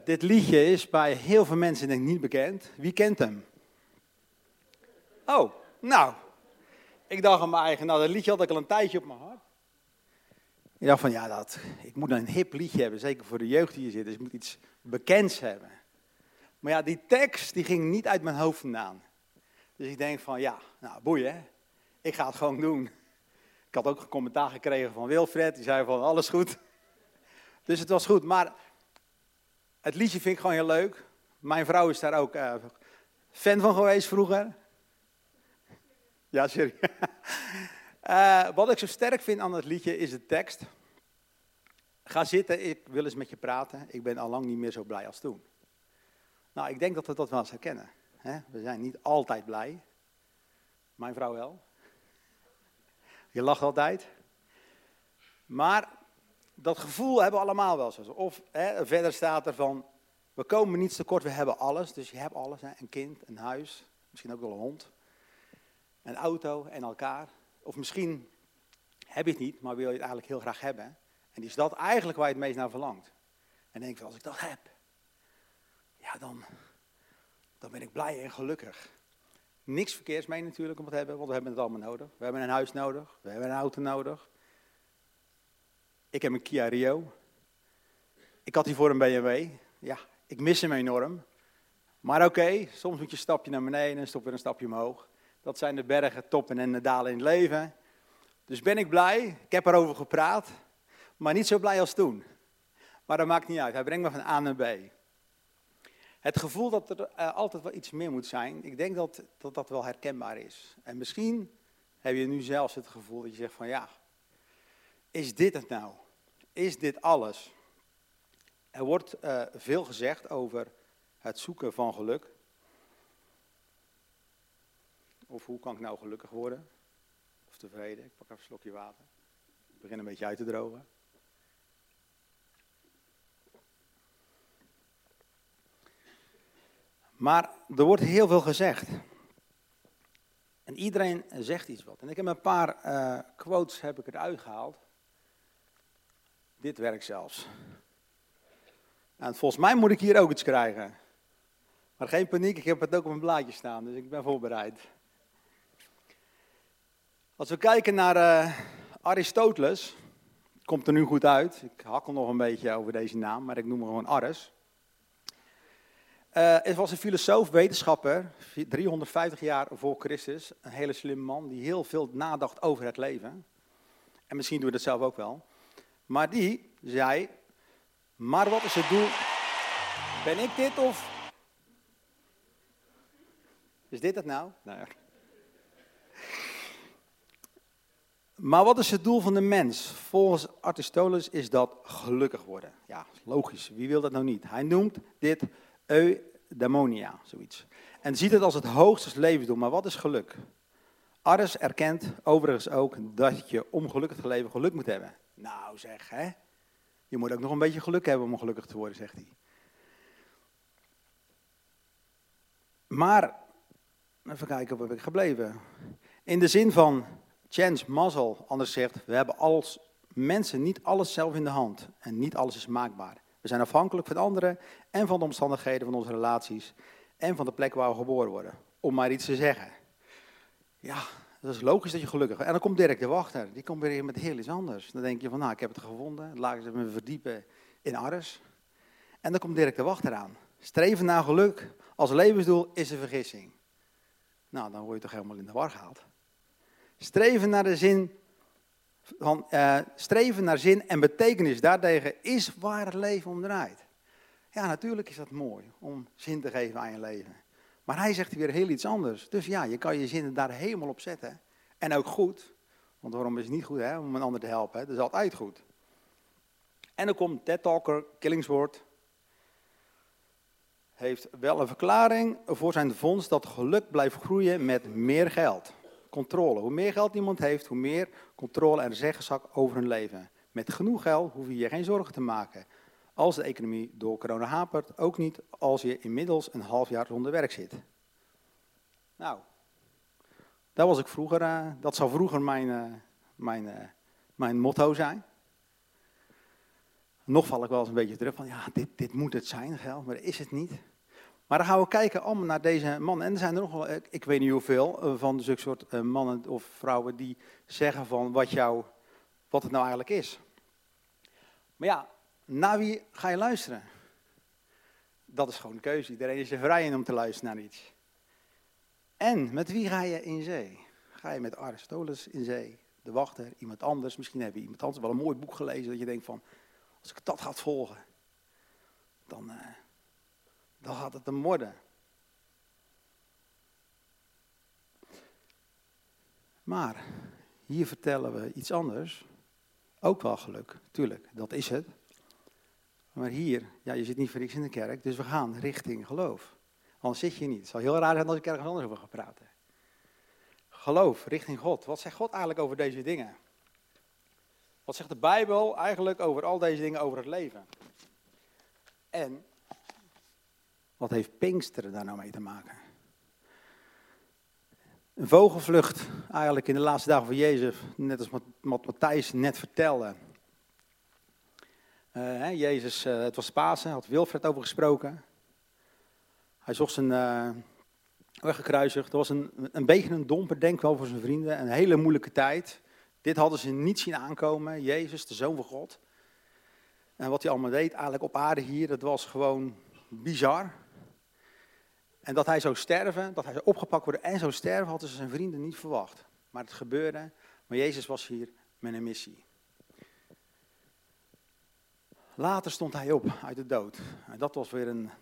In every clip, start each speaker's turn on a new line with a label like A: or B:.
A: Dit liedje is bij heel veel mensen denk ik niet bekend. Wie kent hem? Oh, nou. Ik dacht aan mijn eigen, dat liedje had ik al een tijdje op mijn hart. Ik dacht van, ik moet een hip liedje hebben, zeker voor de jeugd die hier zit. Dus ik moet iets bekends hebben. Maar ja, die tekst die ging niet uit mijn hoofd vandaan. Dus ik denk van, boeien, hè? Ik ga het gewoon doen. Ik had ook een commentaar gekregen van Wilfred, die zei van, alles goed. Dus het was goed, maar het liedje vind ik gewoon heel leuk. Mijn vrouw is daar ook fan van geweest vroeger. Ja, serieus. Wat ik zo sterk vind aan het liedje is de tekst. Ga zitten, ik wil eens met je praten. Ik ben al lang niet meer zo blij als toen. Nou, ik denk dat we dat wel eens herkennen. Hè? We zijn niet altijd blij. Mijn vrouw wel. Je lacht altijd. Maar dat gevoel hebben we allemaal wel zo. Of verder staat er van, we komen niets tekort, we hebben alles. Dus je hebt alles, hè? Een kind, een huis, misschien ook wel een hond. Een auto en elkaar. Of misschien heb je het niet, maar wil je het eigenlijk heel graag hebben. En is dat eigenlijk waar je het meest naar verlangt. En dan denk je, als ik dat heb, dan ben ik blij en gelukkig. Niks verkeers mee natuurlijk om het te hebben, want we hebben het allemaal nodig. We hebben een huis nodig, we hebben een auto nodig. Ik heb een Kia Rio. Ik had hiervoor een BMW. Ja, ik mis hem enorm. Maar oké, soms moet je een stapje naar beneden en stop weer een stapje omhoog. Dat zijn de bergen, toppen en de dalen in het leven. Dus ben ik blij, ik heb erover gepraat, maar niet zo blij als toen. Maar dat maakt niet uit, hij brengt me van A naar B. Het gevoel dat er altijd wel iets meer moet zijn, ik denk dat wel herkenbaar is. En misschien heb je nu zelfs het gevoel dat je zegt van is dit het nou? Is dit alles? Er wordt veel gezegd over het zoeken van geluk. Of hoe kan ik nou gelukkig worden? Of tevreden? Ik pak even een slokje water. Ik begin een beetje uit te drogen. Maar er wordt heel veel gezegd. En iedereen zegt iets wat. En ik heb een paar quotes eruit gehaald. Dit werkt zelfs. En volgens mij moet ik hier ook iets krijgen. Maar geen paniek, ik heb het ook op een blaadje staan, dus ik ben voorbereid. Als we kijken naar Aristoteles, komt er nu goed uit. Ik hakkel nog een beetje over deze naam, maar ik noem hem gewoon Ares. Het was een filosoof, wetenschapper, 350 jaar voor Christus. Een hele slim man die heel veel nadacht over het leven. En misschien doe je dat zelf ook wel. Maar die zei, maar wat is het doel? Ben ik dit of... Is dit het nou? Nou ja. Maar wat is het doel van de mens? Volgens Aristoteles is dat gelukkig worden. Ja, logisch. Wie wil dat nou niet? Hij noemt dit eudaimonia, zoiets. En ziet het als het hoogste levensdoel. Maar wat is geluk? Ares erkent overigens ook dat je om gelukkig te leven geluk moet hebben. Nou zeg, hè? Je moet ook nog een beetje geluk hebben om gelukkig te worden, zegt hij. Maar, even kijken, waar ben ik gebleven? In de zin van chance, mazzel, anders zegt, we hebben als mensen niet alles zelf in de hand. En niet alles is maakbaar. We zijn afhankelijk van anderen en van de omstandigheden van onze relaties. En van de plek waar we geboren worden. Om maar iets te zeggen. Ja, dat is logisch dat je gelukkig bent. En dan komt Dirk de Wachter, die komt weer met heel iets anders. Dan denk je van, ik heb het gevonden. Laat ik me verdiepen in Ares. En dan komt Dirk de Wachter aan. Streven naar geluk als levensdoel is een vergissing. Nou, dan word je toch helemaal in de war gehaald. Streven naar zin en betekenis daartegen is waar het leven om draait. Ja, natuurlijk is dat mooi om zin te geven aan je leven. Maar hij zegt weer heel iets anders. Dus ja, je kan je zinnen daar helemaal op zetten. En ook goed. Want waarom is het niet goed om een ander te helpen? Hè? Dat is altijd goed. En dan komt TED-talker Killingsworth. Heeft wel een verklaring voor zijn vondst dat geluk blijft groeien met meer geld. Controle. Hoe meer geld iemand heeft, hoe meer controle en zeggenschap over hun leven. Met genoeg geld hoef je je geen zorgen te maken. Als de economie door corona hapert, ook niet als je inmiddels een half jaar zonder werk zit. Nou, dat was ik vroeger. Dat zou vroeger mijn motto zijn. Nog val ik wel eens een beetje terug van, ja, dit moet het zijn, geld, maar dat is het niet. Maar dan gaan we kijken allemaal naar deze mannen. En er zijn er nog wel, ik weet niet hoeveel, van zulke soort mannen of vrouwen die zeggen van wat het nou eigenlijk is. Maar ja, naar wie ga je luisteren? Dat is gewoon een keuze. Iedereen is er vrij in om te luisteren naar iets. En met wie ga je in zee? Ga je met Aristoteles in zee? De wachter, iemand anders. Misschien heb je iemand anders wel een mooi boek gelezen dat je denkt van, als ik dat ga volgen, dan gaat het hem worden. Maar hier vertellen we iets anders. Ook wel geluk, tuurlijk, dat is het. Maar hier, ja, je zit niet voor niks in de kerk, dus we gaan richting geloof. Anders zit je niet. Het zou heel raar zijn als ik ergens anders over ga praten. Geloof, richting God. Wat zegt God eigenlijk over deze dingen? Wat zegt de Bijbel eigenlijk over al deze dingen over het leven? En wat heeft Pinksteren daar nou mee te maken? Een vogelvlucht eigenlijk in de laatste dagen van Jezus, net als wat Matthijs net vertelde. Jezus, het was Pasen, had Wilfred over gesproken. Hij zocht zijn weggekruisigd. Dat was een beetje een domper, denk wel voor zijn vrienden. Een hele moeilijke tijd. Dit hadden ze niet zien aankomen. Jezus, de Zoon van God. En wat hij allemaal deed, eigenlijk op aarde hier, dat was gewoon bizar. En dat hij zou sterven, dat hij zou opgepakt worden en zou sterven, hadden ze zijn vrienden niet verwacht. Maar het gebeurde, maar Jezus was hier met een missie. Later stond hij op uit de dood. En dat was weer een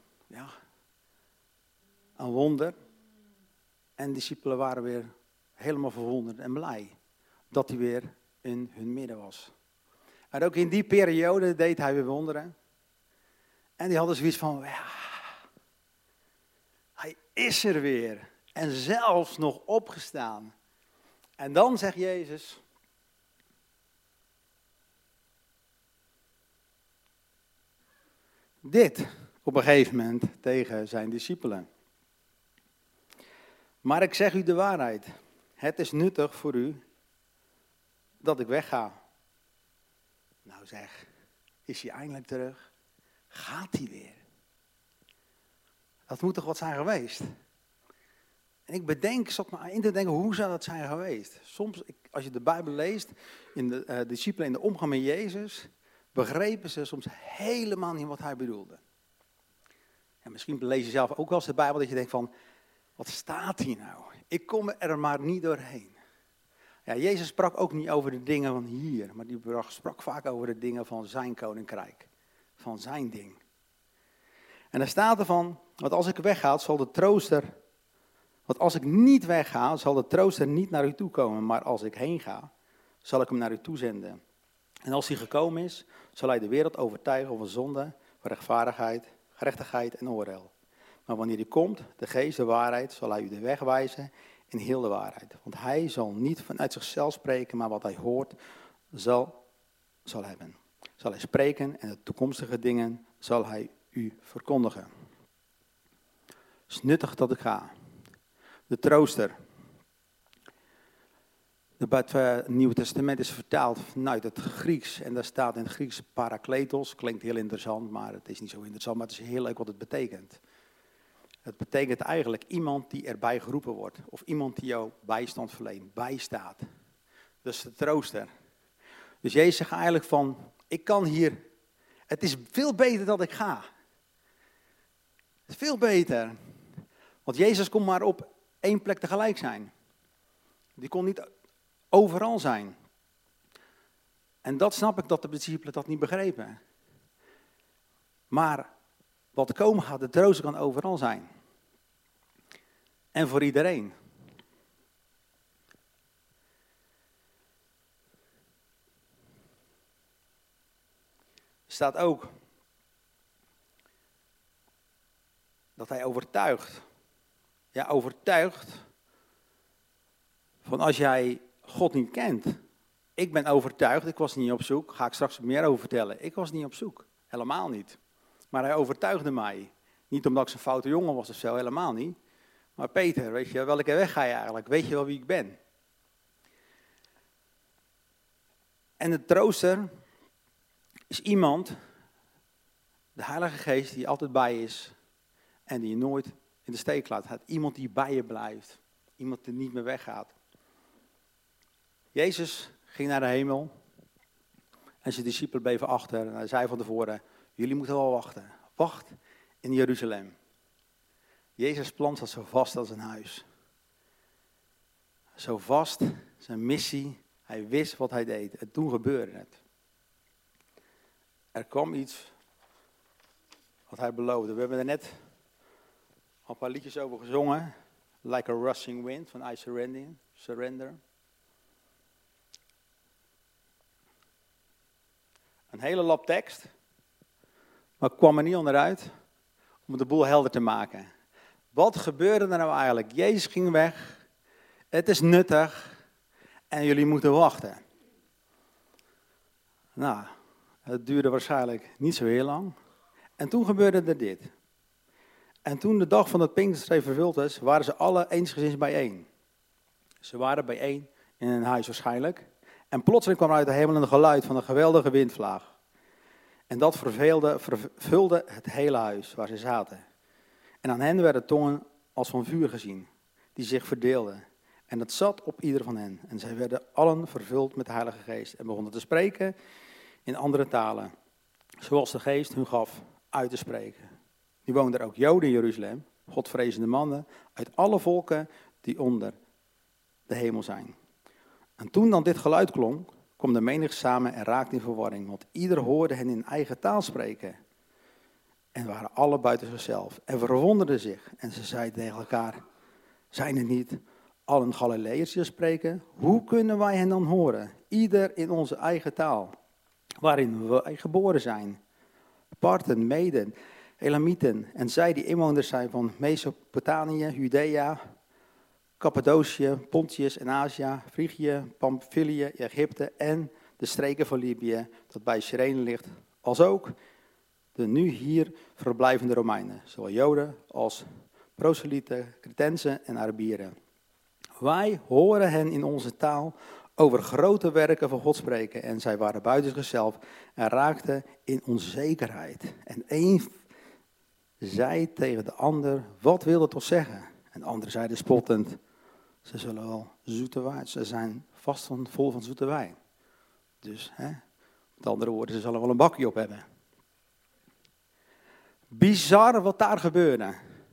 A: wonder. En de discipelen waren weer helemaal verwonderd en blij dat hij weer in hun midden was. En ook in die periode deed hij weer wonderen. En die hadden zoiets van, ja, hij is er weer. En zelfs nog opgestaan. En dan zegt Jezus, dit op een gegeven moment tegen zijn discipelen. Maar ik zeg u de waarheid. Het is nuttig voor u dat ik wegga. Nou zeg, is hij eindelijk terug? Gaat hij weer? Dat moet toch wat zijn geweest? En ik zat me in te denken, hoe zou dat zijn geweest? Soms, als je de Bijbel leest, in de discipelen in de omgang met Jezus, begrepen ze soms helemaal niet wat hij bedoelde. En misschien lees je zelf ook wel eens de Bijbel dat je denkt van, wat staat hier nou? Ik kom er maar niet doorheen. Ja, Jezus sprak ook niet over de dingen van hier, maar die sprak vaak over de dingen van zijn koninkrijk. Van zijn ding. En daar staat er van, want als ik wegga, zal de trooster, want als ik niet wegga, zal de trooster niet naar u toe komen, maar als ik heen ga, zal ik hem naar u toe zenden. En als hij gekomen is, zal hij de wereld overtuigen over zonde, rechtvaardigheid, gerechtigheid en oordeel. Maar wanneer hij komt, de geest, de waarheid, zal hij u de weg wijzen in heel de waarheid. Want hij zal niet vanuit zichzelf spreken, maar wat hij hoort, zal hebben. Zal hij spreken en de toekomstige dingen zal hij u verkondigen. Het is nuttig dat ik ga. De trooster. Het Nieuwe Testament is vertaald vanuit het Grieks. En daar staat in het Grieks parakletos. Klinkt heel interessant, maar het is niet zo interessant. Maar het is heel leuk wat het betekent. Het betekent eigenlijk iemand die erbij geroepen wordt. Of iemand die jou bijstand verleent, bijstaat. Dus de trooster. Dus Jezus zegt eigenlijk van, ik kan hier, het is veel beter dat ik ga. Het is veel beter. Want Jezus kon maar op één plek tegelijk zijn. Die kon niet overal zijn. En dat snap ik dat de discipelen dat niet begrepen. Maar wat komen gaat, de trooster kan overal zijn. En voor iedereen. Er staat ook dat hij overtuigt. Ja, overtuigt van als jij God niet kent. Ik ben overtuigd, ik was niet op zoek. Ga ik straks meer over vertellen. Ik was niet op zoek. Helemaal niet. Maar hij overtuigde mij. Niet omdat ik zo'n foute jongen was of zo, helemaal niet. Maar Peter, weet je, welke weg ga je eigenlijk? Weet je wel wie ik ben? En de trooster is iemand De Heilige Geest die altijd bij je is en die je nooit in de steek laat. Iemand die bij je blijft. Iemand die niet meer weggaat. Jezus ging naar de hemel en zijn discipelen bleven achter. En hij zei van tevoren, jullie moeten wel wachten. Wacht in Jeruzalem. Jezus' plan zat zo vast als een huis. Zo vast, zijn missie, hij wist wat hij deed. En toen gebeurde het. Er kwam iets wat hij beloofde. We hebben er net al een paar liedjes over gezongen. Like a rushing wind van I Surrender. Een hele lap tekst. Maar ik kwam er niet onderuit om de boel helder te maken. Wat gebeurde er nou eigenlijk? Jezus ging weg. Het is nuttig. En jullie moeten wachten. Nou, het duurde waarschijnlijk niet zo heel lang. En toen gebeurde er dit. En toen de dag van het Pinksterfeest vervuld is, waren ze alle eensgezind bijeen. Ze waren bijeen in een huis waarschijnlijk. En plotseling kwam er uit de hemel een geluid van een geweldige windvlaag. En dat vervulde het hele huis waar ze zaten. En aan hen werden tongen als van vuur gezien, die zich verdeelden. En het zat op ieder van hen. En zij werden allen vervuld met de Heilige Geest en begonnen te spreken in andere talen, zoals de Geest hun gaf uit te spreken. Nu woonden er ook Joden in Jeruzalem, godvrezende mannen, uit alle volken die onder de hemel zijn. En toen dan dit geluid klonk, kwam de menigte samen en raakte in verwarring, want ieder hoorde hen in eigen taal spreken. En waren alle buiten zichzelf en verwonderden zich. En ze zeiden tegen elkaar, zijn het niet allen Galileërs die spreken? Hoe kunnen wij hen dan horen? Ieder in onze eigen taal, waarin wij geboren zijn. Parten, Meden, Elamieten en zij die inwoners zijn van Mesopotamië, Judea, Cappadocië, Pontius en Azië, Frigië, Pamphylië, Egypte en de streken van Libië, dat bij Cyrene ligt, als ook de nu hier verblijvende Romeinen, zowel Joden als proselyten, Cretensen en Arabieren. Wij horen hen in onze taal over grote werken van God spreken en zij waren buiten zichzelf en raakten in onzekerheid. En een zei tegen de ander, wat wil het toch zeggen? En de ander zeiden spottend, ze zullen wel zoete wijn, ze zijn vast vol van zoete wijn. Dus, met andere woorden, ze zullen wel een bakje op hebben. Bizar wat daar gebeurde.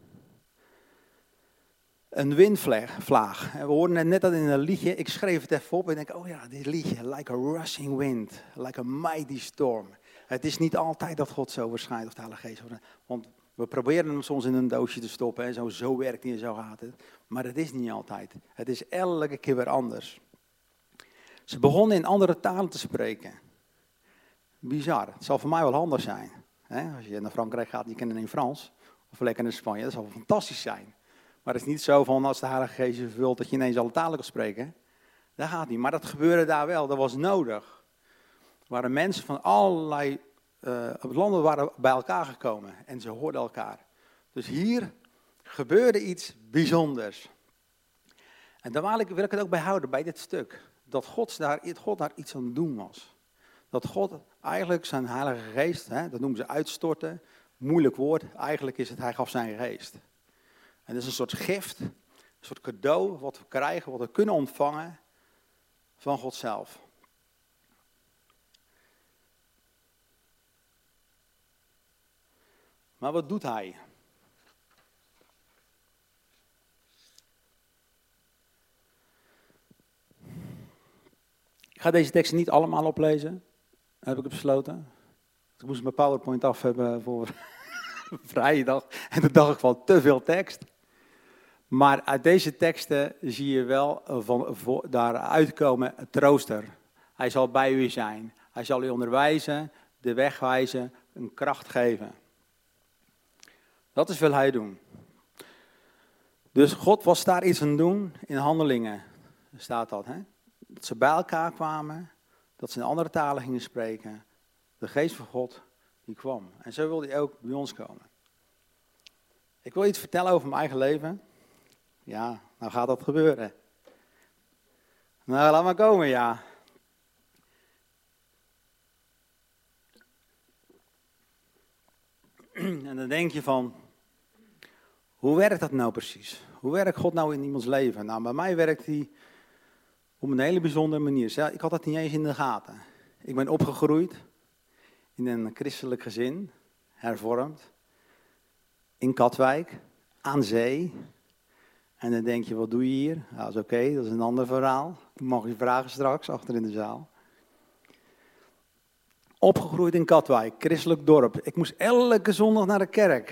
A: Een windvlaag. We hoorden net dat in een liedje, ik schreef het even op en ik denk, oh ja, dit liedje, like a rushing wind, like a mighty storm. Het is niet altijd dat God zo verschijnt of de Heilige Geest. Want we proberen hem soms in een doosje te stoppen en zo werkt hij en zo gaat het. Maar dat is niet altijd. Het is elke keer weer anders. Ze begonnen in andere talen te spreken. Bizar. Het zal voor mij wel handig zijn. Als je naar Frankrijk gaat en je kent het in Frans, of lekker naar Spanje, dat zal wel fantastisch zijn. Maar het is niet zo van als de Heilige Geest je vult dat je ineens alle talen kan spreken. Dat gaat niet. Maar dat gebeurde daar wel. Dat was nodig. Er waren mensen van allerlei landen waren bij elkaar gekomen. En ze hoorden elkaar. Dus hier gebeurde iets bijzonders. En daar wil ik het ook bij houden, bij dit stuk. Dat God daar iets aan het doen was. Dat God eigenlijk zijn Heilige Geest, dat noemen ze uitstorten. Moeilijk woord. Eigenlijk is het, hij gaf zijn geest. En dat is een soort gift, een soort cadeau wat we krijgen, wat we kunnen ontvangen van God zelf. Maar wat doet hij? Ik ga deze teksten niet allemaal oplezen, heb ik besloten. Ik moest mijn PowerPoint af hebben voor vrijdag en toen dacht ik van te veel tekst. Maar uit deze teksten zie je wel daaruit komen een trooster. Hij zal bij u zijn. Hij zal u onderwijzen, de weg wijzen, een kracht geven. Dat is wil hij doen. Dus God was daar iets aan het doen in Handelingen. Staat dat, hè? Dat ze bij elkaar kwamen, dat ze in andere talen gingen spreken. De geest van God, die kwam. En zo wil hij ook bij ons komen. Ik wil iets vertellen over mijn eigen leven. Ja, nou gaat dat gebeuren. Nou, laat maar komen, ja. En dan denk je van, hoe werkt dat nou precies? Hoe werkt God nou in iemands leven? Nou, bij mij werkt hij op een hele bijzondere manier. Ja, ik had dat niet eens in de gaten. Ik ben opgegroeid in een christelijk gezin, hervormd, in Katwijk, aan zee. En dan denk je, wat doe je hier? Nou, dat is oké, dat is een ander verhaal. Ik mag je vragen straks, achter in de zaal. Opgegroeid in Katwijk, christelijk dorp. Ik moest elke zondag naar de kerk.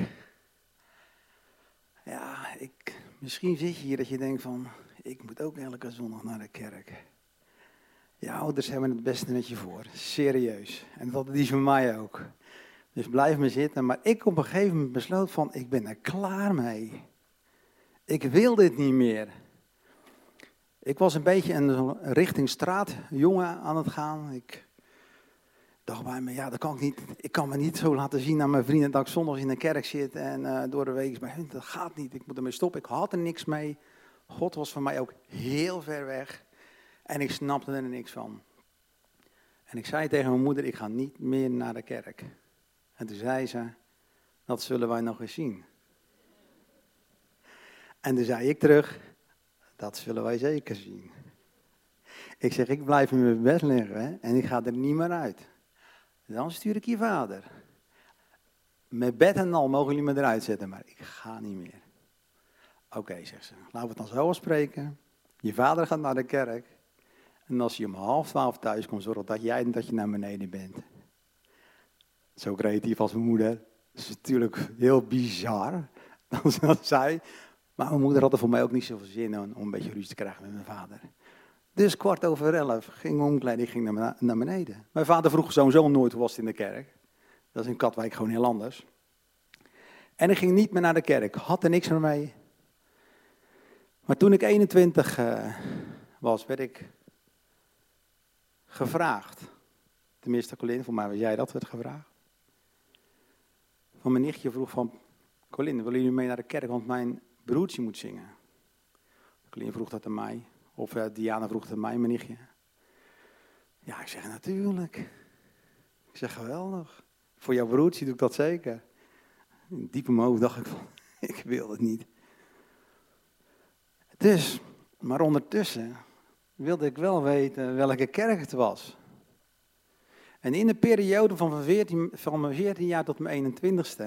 A: Ja, misschien zit je hier dat je denkt van, ik moet ook elke zondag naar de kerk. Je ouders hebben het beste met je voor, serieus. En dat is voor mij ook. Dus blijf me zitten. Maar ik op een gegeven moment besloot van, ik ben er klaar mee. Ik wil dit niet meer. Ik was een beetje een richting straatjongen aan het gaan. Ik dacht bij me, ja, dat kan ik niet. Ik kan me niet zo laten zien aan mijn vrienden dat ik zondags in de kerk zit en door de week is bij hun. Dat gaat niet. Ik moet ermee stoppen. Ik had er niks mee. God was voor mij ook heel ver weg. En ik snapte er niks van. En ik zei tegen mijn moeder, ik ga niet meer naar de kerk. En toen zei ze, dat zullen wij nog eens zien. En toen zei ik terug, dat zullen wij zeker zien. Ik zeg, ik blijf in mijn bed liggen hè, en ik ga er niet meer uit. Dan stuur ik je vader. Met bed en al mogen jullie me eruit zetten, maar ik ga niet meer. Oké, zegt ze, laten we het dan zo afspreken. Je vader gaat naar de kerk. En als je om 11:30 thuis komt, zorg dat jij dat je naar beneden bent. Zo creatief als mijn moeder. Dat is natuurlijk heel bizar. Dat zei. Maar mijn moeder had er voor mij ook niet zoveel zin in om een beetje ruzie te krijgen met mijn vader. Dus 11:15 ging ik omkleden, ik ging naar beneden. Mijn vader vroeg sowieso nooit hoe was het in de kerk. Dat is in Katwijk gewoon heel anders. En ik ging niet meer naar de kerk, had er niks meer mee. Maar toen ik 21 was, werd ik gevraagd. Tenminste, Colin, voor mij was jij dat, werd gevraagd. Van mijn nichtje vroeg van, Colin, willen jullie mee naar de kerk, want mijn broertje moet zingen. Colin vroeg dat aan mij. Of Diana vroeg het aan mij, mijn nichtje. Ja, ik zeg natuurlijk. Ik zeg geweldig. Voor jouw broertje doe ik dat zeker. Diep in mijn hoofd dacht ik van, ik wil het niet. Dus, maar ondertussen wilde ik wel weten welke kerk het was. En in de periode van mijn 14 jaar tot mijn 21ste...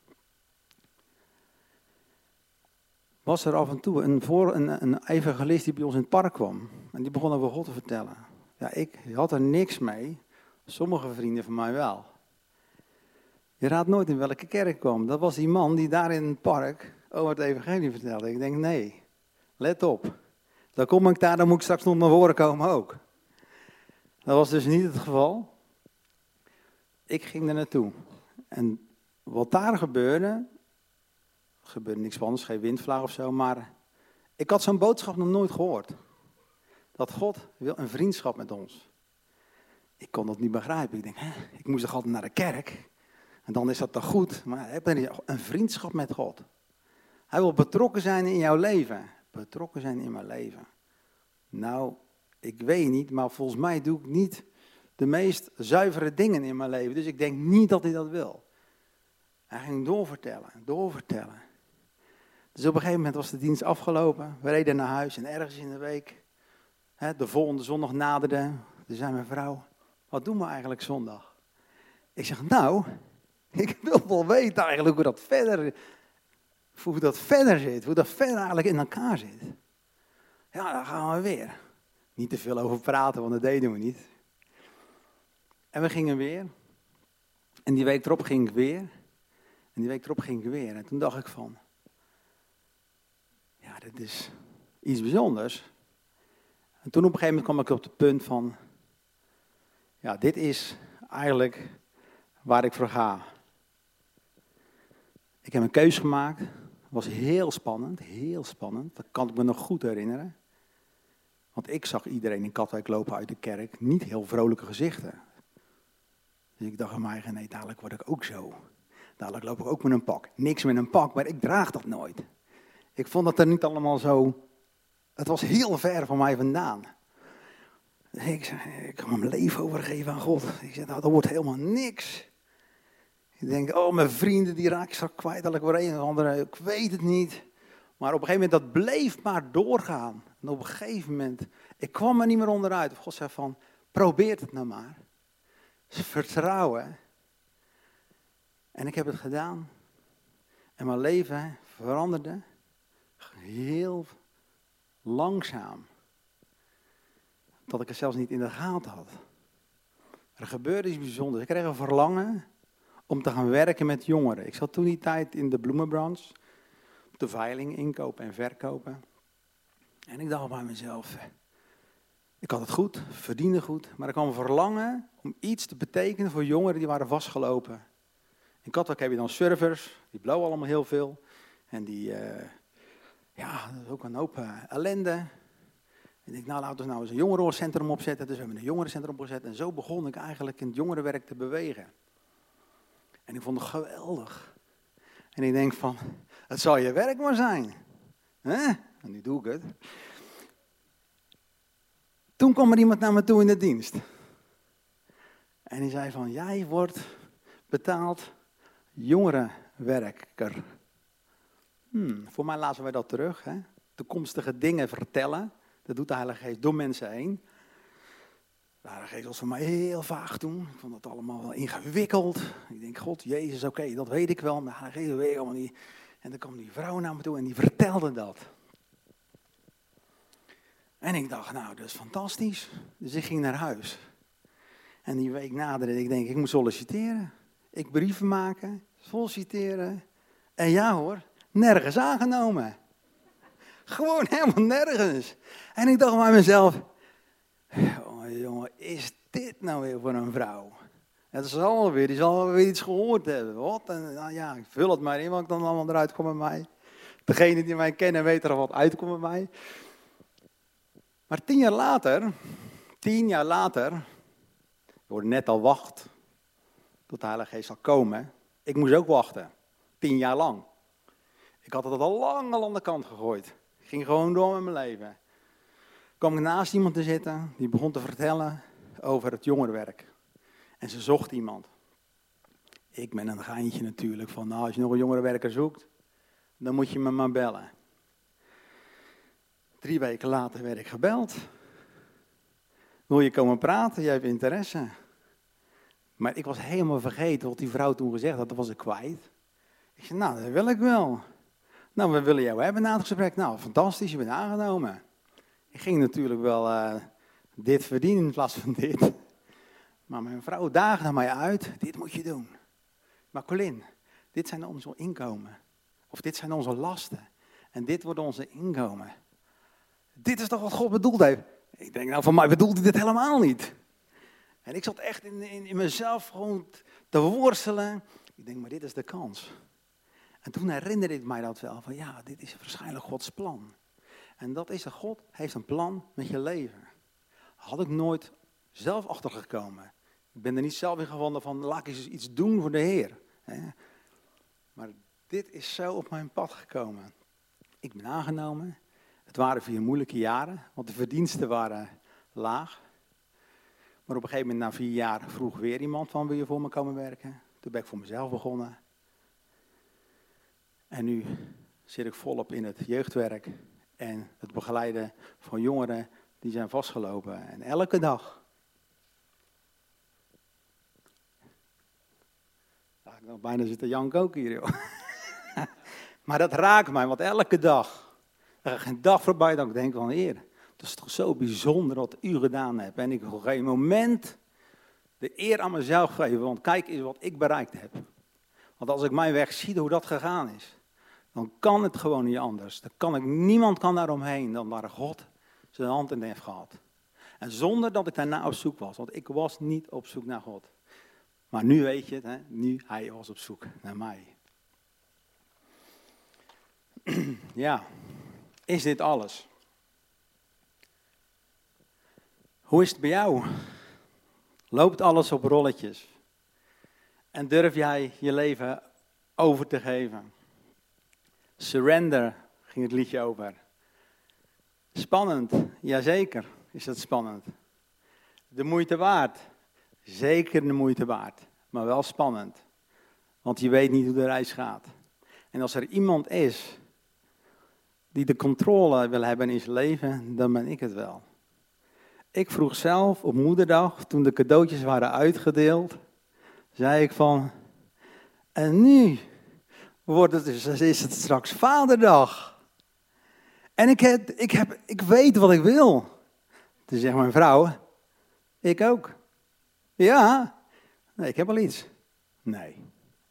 A: was er af en toe een evangelist die bij ons in het park kwam. En die begon over God te vertellen. Ja, ik had er niks mee. Sommige vrienden van mij wel. Je raadt nooit in welke kerk kwam. Dat was die man die daar in het park over het evangelie vertelde. Ik denk, nee, let op. Dan kom ik daar, dan moet ik straks nog naar voren komen ook. Dat was dus niet het geval. Ik ging er naartoe. En wat daar gebeurde niks spannends, geen windvlaag of zo, maar ik had zo'n boodschap nog nooit gehoord. Dat God wil een vriendschap met ons. Ik kon dat niet begrijpen. Ik denk, ik moest toch altijd naar de kerk? En dan is dat toch goed? Maar heb je een vriendschap met God? Hij wil betrokken zijn in jouw leven. Betrokken zijn in mijn leven. Nou, ik weet niet, maar volgens mij doe ik niet de meest zuivere dingen in mijn leven. Dus ik denk niet dat hij dat wil. Hij ging doorvertellen. Dus op een gegeven moment was de dienst afgelopen. We reden naar huis en ergens in de week, de volgende zondag naderde. Toen zei mijn vrouw, wat doen we eigenlijk zondag? Ik zeg, nou, ik wil wel weten eigenlijk hoe dat verder zit. Hoe dat verder eigenlijk in elkaar zit. Ja, dan gaan we weer. Niet te veel over praten, want dat deden we niet. En we gingen weer. En die week erop ging ik weer. En toen dacht ik van, ja, dit is iets bijzonders. En toen op een gegeven moment kwam ik op het punt van, ja, dit is eigenlijk waar ik voor ga. Ik heb een keus gemaakt. Het was heel spannend. Dat kan ik me nog goed herinneren. Want ik zag iedereen in Katwijk lopen uit de kerk. Niet heel vrolijke gezichten. Dus ik dacht aan mij eigen, nee, dadelijk word ik ook zo. Dadelijk loop ik ook met een pak. Niks met een pak, maar ik draag dat nooit. Ik vond dat er niet allemaal zo. Het was heel ver van mij vandaan. Ik zei, ik kan mijn leven overgeven aan God. Ik zei, nou, dat wordt helemaal niks. Ik denk, oh, mijn vrienden, die raak ik straks kwijt. Dat ik weer een of andere, ik weet het niet. Maar op een gegeven moment, dat bleef maar doorgaan. En op een gegeven moment, ik kwam er niet meer onderuit. God zei van, probeer het nou maar. Vertrouwen. En ik heb het gedaan. En mijn leven veranderde heel langzaam. Dat ik het zelfs niet in de gaten had. Er gebeurde iets bijzonders. Ik kreeg een verlangen om te gaan werken met jongeren. Ik zat toen die tijd in de bloemenbranche. Op de veiling, inkopen en verkopen. En ik dacht bij mezelf, ik had het goed, verdiende goed. Maar ik kwam verlangen om iets te betekenen voor jongeren die waren vastgelopen. In Katwijk heb je dan servers, die blowen allemaal heel veel. En die, dat is ook een hoop ellende. En ik dacht, nou, laten we nou eens een jongerencentrum opzetten. Dus we hebben een jongerencentrum opgezet. En zo begon ik eigenlijk in het jongerenwerk te bewegen. En ik vond het geweldig. En ik denk van, het zal je werk maar zijn. En nu doe ik het. Toen kwam er iemand naar me toe in de dienst. En die zei van, jij wordt betaald jongerenwerker. Voor mij laten wij dat terug. Hè? Toekomstige dingen vertellen. Dat doet de Heilige Geest door mensen heen. De Heilige Geest was voor mij heel vaag toen. Ik vond het allemaal wel ingewikkeld. Ik denk, God, Jezus, oké, dat weet ik wel. Maar de Heilige Geest weet ik allemaal niet. En dan kwam die vrouw naar me toe en die vertelde dat. En ik dacht, nou, dat is fantastisch. Dus ik ging naar huis. En die week naderde, ik denk, ik moet solliciteren. Ik brieven maken, solliciteren. En ja hoor, nergens aangenomen. Gewoon helemaal nergens. En ik dacht bij mezelf, jongen, is dit nou weer voor een vrouw? Het zal weer, die zal weer iets gehoord hebben. Wat? En, nou ja, ik vul het maar in wat dan allemaal eruit komt bij mij. Degenen die mij kennen weten er wat uitkomt bij mij. Maar 10 jaar later, ik hoorde net al wacht tot de Heilige Geest zal komen. Ik moest ook wachten, 10 jaar lang. Ik had het al lang aan de kant gegooid. Ik ging gewoon door met mijn leven. Kwam ik naast iemand te zitten, die begon te vertellen over het jongerenwerk. En ze zocht iemand. Ik ben een geintje natuurlijk van, nou, als je nog een jongerenwerker zoekt, dan moet je me maar bellen. 3 weken later werd ik gebeld. Wil je komen praten? Jij hebt interesse. Maar ik was helemaal vergeten wat die vrouw toen gezegd had. Dat was ik kwijt. Ik zei, nou, dat wil ik wel. Nou, we willen jou hebben na het gesprek. Nou, fantastisch, je bent aangenomen. Ik ging natuurlijk wel dit verdienen in plaats van dit. Maar mijn vrouw daagde mij uit. Dit moet je doen. Maar Colin, dit zijn onze inkomen. Of dit zijn onze lasten. En dit worden onze inkomen. Dit is toch wat God bedoeld heeft? Ik denk, nou, van mij bedoelt hij dit helemaal niet. En ik zat echt in mezelf gewoon te worstelen. Ik denk, maar dit is de kans. En toen herinnerde ik mij dat wel. Van ja, dit is waarschijnlijk Gods plan. En dat is God heeft een plan met je leven. Had ik nooit zelf achtergekomen. Ik ben er niet zelf in gevonden van, laat ik eens iets doen voor de Heer. Maar dit is zo op mijn pad gekomen. Ik ben aangenomen. Het waren 4 moeilijke jaren, want de verdiensten waren laag. Maar op een gegeven moment, na 4 jaar, vroeg weer iemand van, wil je voor me komen werken? Toen ben ik voor mezelf begonnen. En nu zit ik volop in het jeugdwerk en het begeleiden van jongeren die zijn vastgelopen. En elke dag. Ik nog bijna zitten janken ook hier, joh. Maar dat raakt mij, want elke dag. Er gaat geen dag voorbij dat ik denk van, Heer, het is toch zo bijzonder wat u gedaan hebt. En ik wil geen moment de eer aan mezelf geven, want kijk eens wat ik bereikt heb. Want als ik mijn weg zie hoe dat gegaan is, dan kan het gewoon niet anders. Niemand kan daaromheen dan waar God zijn hand in heeft gehad. En zonder dat ik daarna op zoek was, want ik was niet op zoek naar God. Maar nu weet je het, hè? Nu hij was op zoek naar mij. Ja, is dit alles? Hoe is het bij jou? Loopt alles op rolletjes? En durf jij je leven over te geven? Surrender ging het liedje over. Spannend, jazeker is het spannend. De moeite waard, zeker de moeite waard, maar wel spannend. Want je weet niet hoe de reis gaat. En als er iemand is die de controle wil hebben in zijn leven, dan ben ik het wel. Ik vroeg zelf op moederdag, toen de cadeautjes waren uitgedeeld, zei ik van, en nu is het straks vaderdag. En ik weet wat ik wil. Toen zegt mijn vrouw, ik ook. Ja, nee, ik heb al iets. Nee.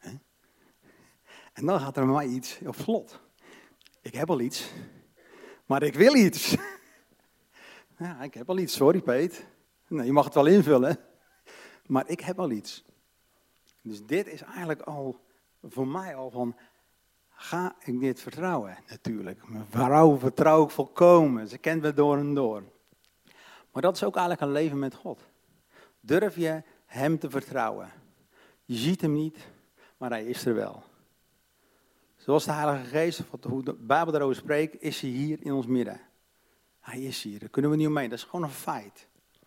A: En dan gaat er bij mij iets op slot. Ik heb al iets, maar ik wil iets. Ja, ik heb al iets, sorry Peet. Nee, je mag het wel invullen, maar ik heb al iets. Dus dit is eigenlijk al voor mij al van, ga ik dit vertrouwen? Natuurlijk, mijn vrouw vertrouw ik volkomen, ze kent me door en door. Maar dat is ook eigenlijk een leven met God. Durf je hem te vertrouwen? Je ziet hem niet, maar hij is er wel. Zoals de Heilige Geest, hoe de Bijbel erover spreekt, is hij hier in ons midden. Hij is hier, daar kunnen we niet omheen, dat is gewoon een feit.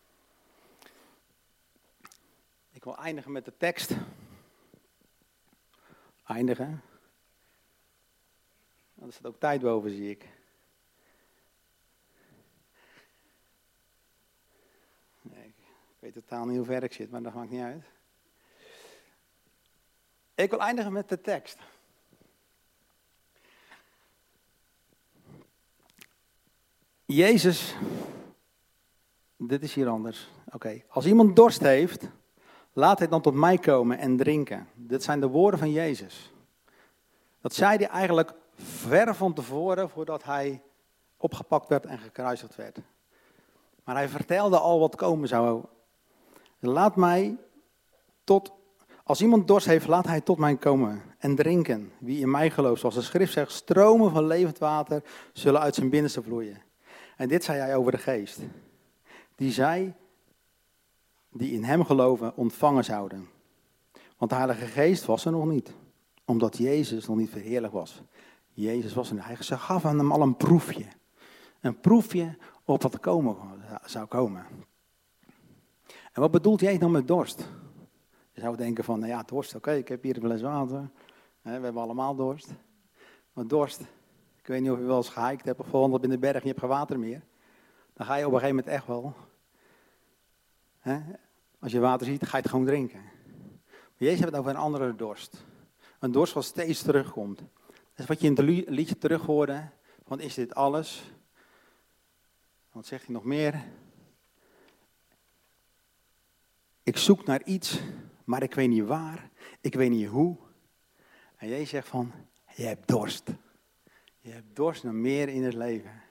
A: Ik wil eindigen met de tekst. Eindigen. Er staat ook tijd boven, zie ik. Nee, ik weet totaal niet hoe ver ik zit, maar dat maakt niet uit. Ik wil eindigen met de tekst. Jezus, dit is hier anders. Oké. Als iemand dorst heeft, laat hij dan tot mij komen en drinken. Dit zijn de woorden van Jezus. Dat zei hij eigenlijk ver van tevoren, voordat hij opgepakt werd en gekruisigd werd. Maar hij vertelde al wat komen zou. Als iemand dorst heeft, laat hij tot mij komen en drinken. Wie in mij gelooft, zoals de schrift zegt, stromen van levend water zullen uit zijn binnenste vloeien. En dit zei hij over de geest. Die zij, die in hem geloven, ontvangen zouden. Want de Heilige Geest was er nog niet. Omdat Jezus nog niet verheerlijk was. Jezus was er niet. Ze gaf aan hem al een proefje. Een proefje op wat zou komen. En wat bedoelt Jezus nou met dorst? Je zou denken van, nou ja, dorst, oké, ik heb hier een fles water. We hebben allemaal dorst. Maar dorst, ik weet niet of je wel eens gehiked hebt of gewandeld in de berg en je hebt geen water meer. Dan ga je op een gegeven moment echt wel, als je water ziet, ga je het gewoon drinken. Maar Jezus heeft het over een andere dorst. Een dorst wat steeds terugkomt. Dat is wat je in het liedje terug hoorde, van is dit alles? Wat zegt hij nog meer? Ik zoek naar iets, maar ik weet niet waar, ik weet niet hoe. En Jezus zegt van, je hebt dorst. Je hebt dorst naar meer in het leven.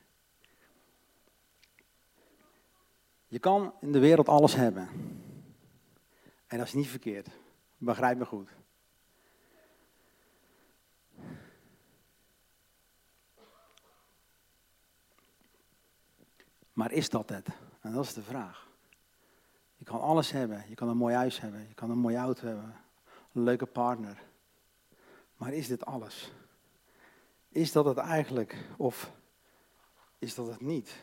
A: Je kan in de wereld alles hebben. En dat is niet verkeerd. Begrijp me goed. Maar is dat het? En dat is de vraag. Je kan alles hebben. Je kan een mooi huis hebben. Je kan een mooie auto hebben. Een leuke partner. Maar is dit alles? Is dat het eigenlijk? Of is dat het niet?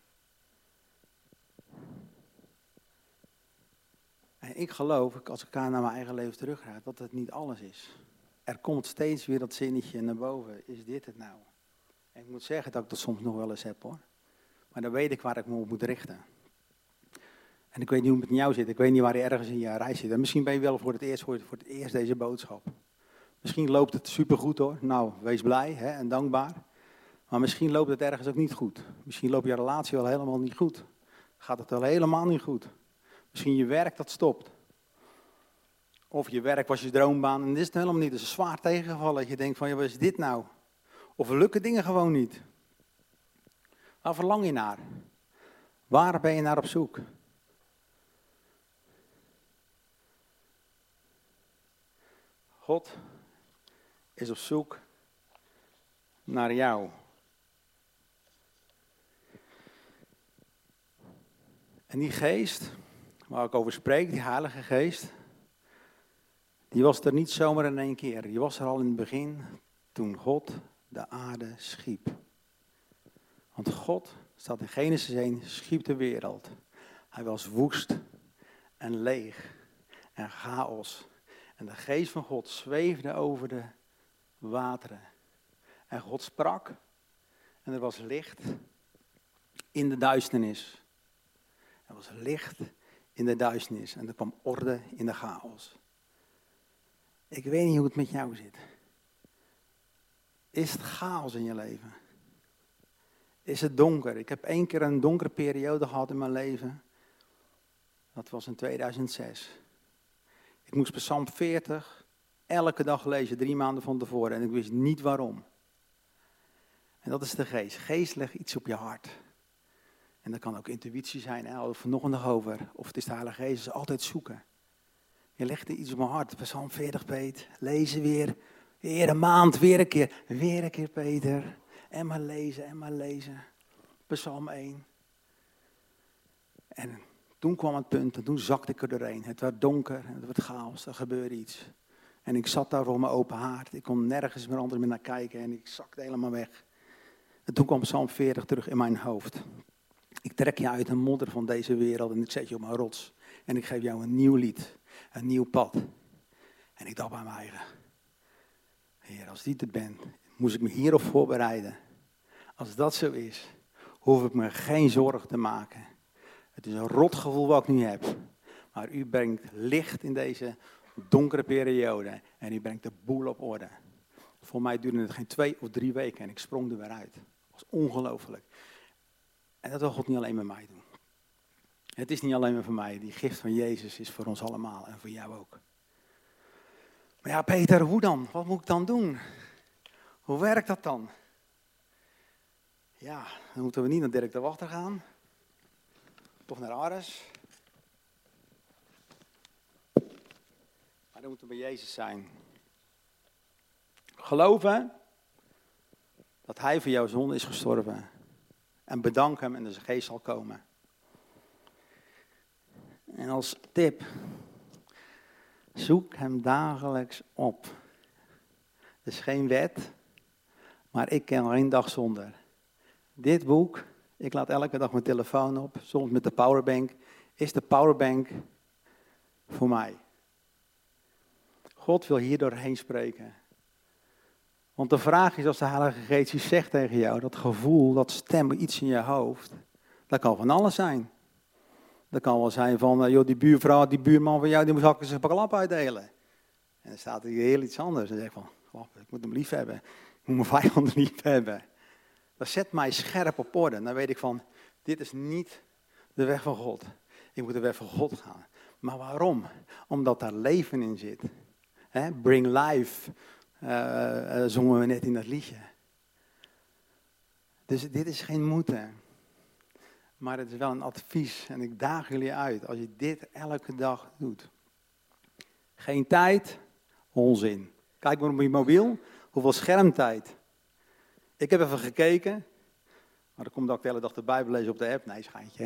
A: En ik geloof, als ik naar mijn eigen leven terugga, dat het niet alles is. Er komt steeds weer dat zinnetje naar boven. Is dit het nou? En ik moet zeggen dat ik dat soms nog wel eens heb hoor. Maar dan weet ik waar ik me op moet richten. En ik weet niet hoe het met jou zit. Ik weet niet waar je ergens in je reis zit. En misschien ben je wel voor het eerst deze boodschap. Misschien loopt het supergoed hoor. Nou, wees blij en dankbaar. Maar misschien loopt het ergens ook niet goed. Misschien loopt je relatie wel helemaal niet goed. Gaat het wel helemaal niet goed. Misschien je werk dat stopt. Of je werk was je droombaan en dit is het helemaal niet. Het is zwaar tegengevallen. Dat je denkt van, ja, wat is dit nou? Of er lukken dingen gewoon niet. Waar verlang je naar? Waar ben je naar op zoek? God is op zoek naar jou. En die geest, waar ik over spreek, die Heilige Geest, die was er niet zomaar in één keer. Die was er al in het begin, toen God de aarde schiep. Want God, staat in Genesis 1, schiep de wereld. Hij was woest en leeg en chaos. En En de geest van God zweefde over de wateren. En God sprak. En er was licht in de duisternis. Er was licht in de duisternis. En er kwam orde in de chaos. Ik weet niet hoe het met jou zit. Is het chaos in je leven? Is het donker? Ik heb 1 keer een donkere periode gehad in mijn leven. Dat was in 2006. Ik moest Psalm 40 elke dag lezen, 3 maanden van tevoren. En ik wist niet waarom. En dat is de geest. Geest legt iets op je hart. En dat kan ook intuïtie zijn, hè, of vanochtend over. Of het is de Heilige Geest, is altijd zoeken. Je legt er iets op mijn hart. Psalm 40, Peter. Lezen weer. Weer een maand, weer een keer. Weer een keer, Peter. En maar lezen, en maar lezen. Psalm 1. En toen kwam het punt, en toen zakte ik er doorheen. Het werd donker, het werd chaos, er gebeurde iets. En ik zat daar voor mijn open haard. Ik kon nergens meer anders meer naar kijken en ik zakte helemaal weg. En toen kwam Psalm 40 terug in mijn hoofd. Ik trek je uit de modder van deze wereld en ik zet je op een rots. En ik geef jou een nieuw lied, een nieuw pad. En ik dacht bij mijn eigen, Heer, als dit het ben, moest ik me hierop voorbereiden. Als dat zo is, hoef ik me geen zorgen te maken. Het is een rotgevoel wat ik nu heb. Maar u brengt licht in deze donkere periode. En u brengt de boel op orde. Voor mij duurde het geen 2 of 3 weken en ik sprong er weer uit. Dat was ongelooflijk. En dat wil God niet alleen met mij doen. Het is niet alleen maar voor mij. Die gift van Jezus is voor ons allemaal en voor jou ook. Maar ja, Peter, hoe dan? Wat moet ik dan doen? Hoe werkt dat dan? Ja, dan moeten we niet naar Dirk de Wachter gaan. Of naar Ares. Maar dan moeten we bij Jezus zijn. Geloven dat Hij voor jouw zonde is gestorven. En bedank Hem en de geest zal komen. En als tip, zoek Hem dagelijks op. Het is geen wet, maar ik ken geen dag zonder. Dit boek, ik laat elke dag mijn telefoon op, soms met de powerbank, is de powerbank voor mij. God wil hier doorheen spreken. Want de vraag is, als de Heilige Geest iets zegt tegen jou, dat gevoel, dat stem, iets in je hoofd, dat kan van alles zijn. Dat kan wel zijn van, joh, die buurvrouw, die buurman van jou, die moet hakken zijn klap uitdelen. En dan staat er hier heel iets anders. En dan zeg ik van, ik moet hem lief hebben. Ik moet mijn vijand lief hebben. Dat zet mij scherp op orde. Dan weet ik van, dit is niet de weg van God. Ik moet de weg van God gaan. Maar waarom? Omdat daar leven in zit. Bring life, zongen we net in dat liedje. Dus dit is geen moeten. Maar het is wel een advies. En ik daag jullie uit. Als je dit elke dag doet. Geen tijd, onzin. Kijk maar op je mobiel. Hoeveel schermtijd. Ik heb even gekeken. Maar dan komt dat ik de hele dag de Bijbel lezen op de app. Nee, schijntje.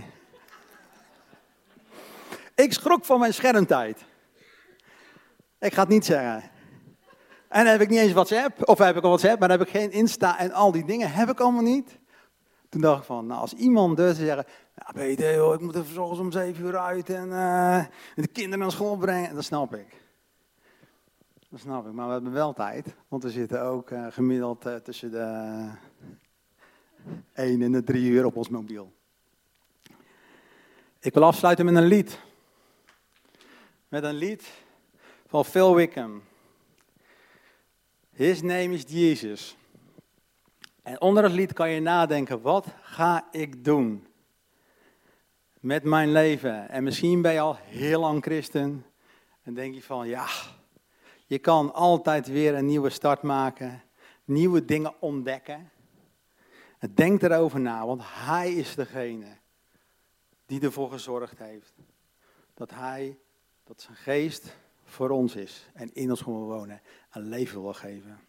A: Ik schrok van mijn schermtijd. Ik ga het niet zeggen. En dan heb ik niet eens WhatsApp. Of heb ik al WhatsApp, maar dan heb ik geen Insta en al die dingen. Heb ik allemaal niet. Toen dacht ik van, nou, als iemand durft te zeggen, ja, Peter, joh, ik moet er 's ochtends om 7 uur uit en de kinderen naar school brengen. Dat snap ik. Dat snap ik, maar we hebben wel tijd. Want we zitten ook gemiddeld tussen de 1 en de 3 uur op ons mobiel. Ik wil afsluiten met een lied. Met een lied van Phil Wickham. His name is Jesus. En onder het lied kan je nadenken, wat ga ik doen met mijn leven? En misschien ben je al heel lang christen en denk je van, ja, je kan altijd weer een nieuwe start maken, nieuwe dingen ontdekken. En denk erover na, want Hij is degene die ervoor gezorgd heeft dat zijn geest voor ons is en in ons gewoon wonen en leven wil geven.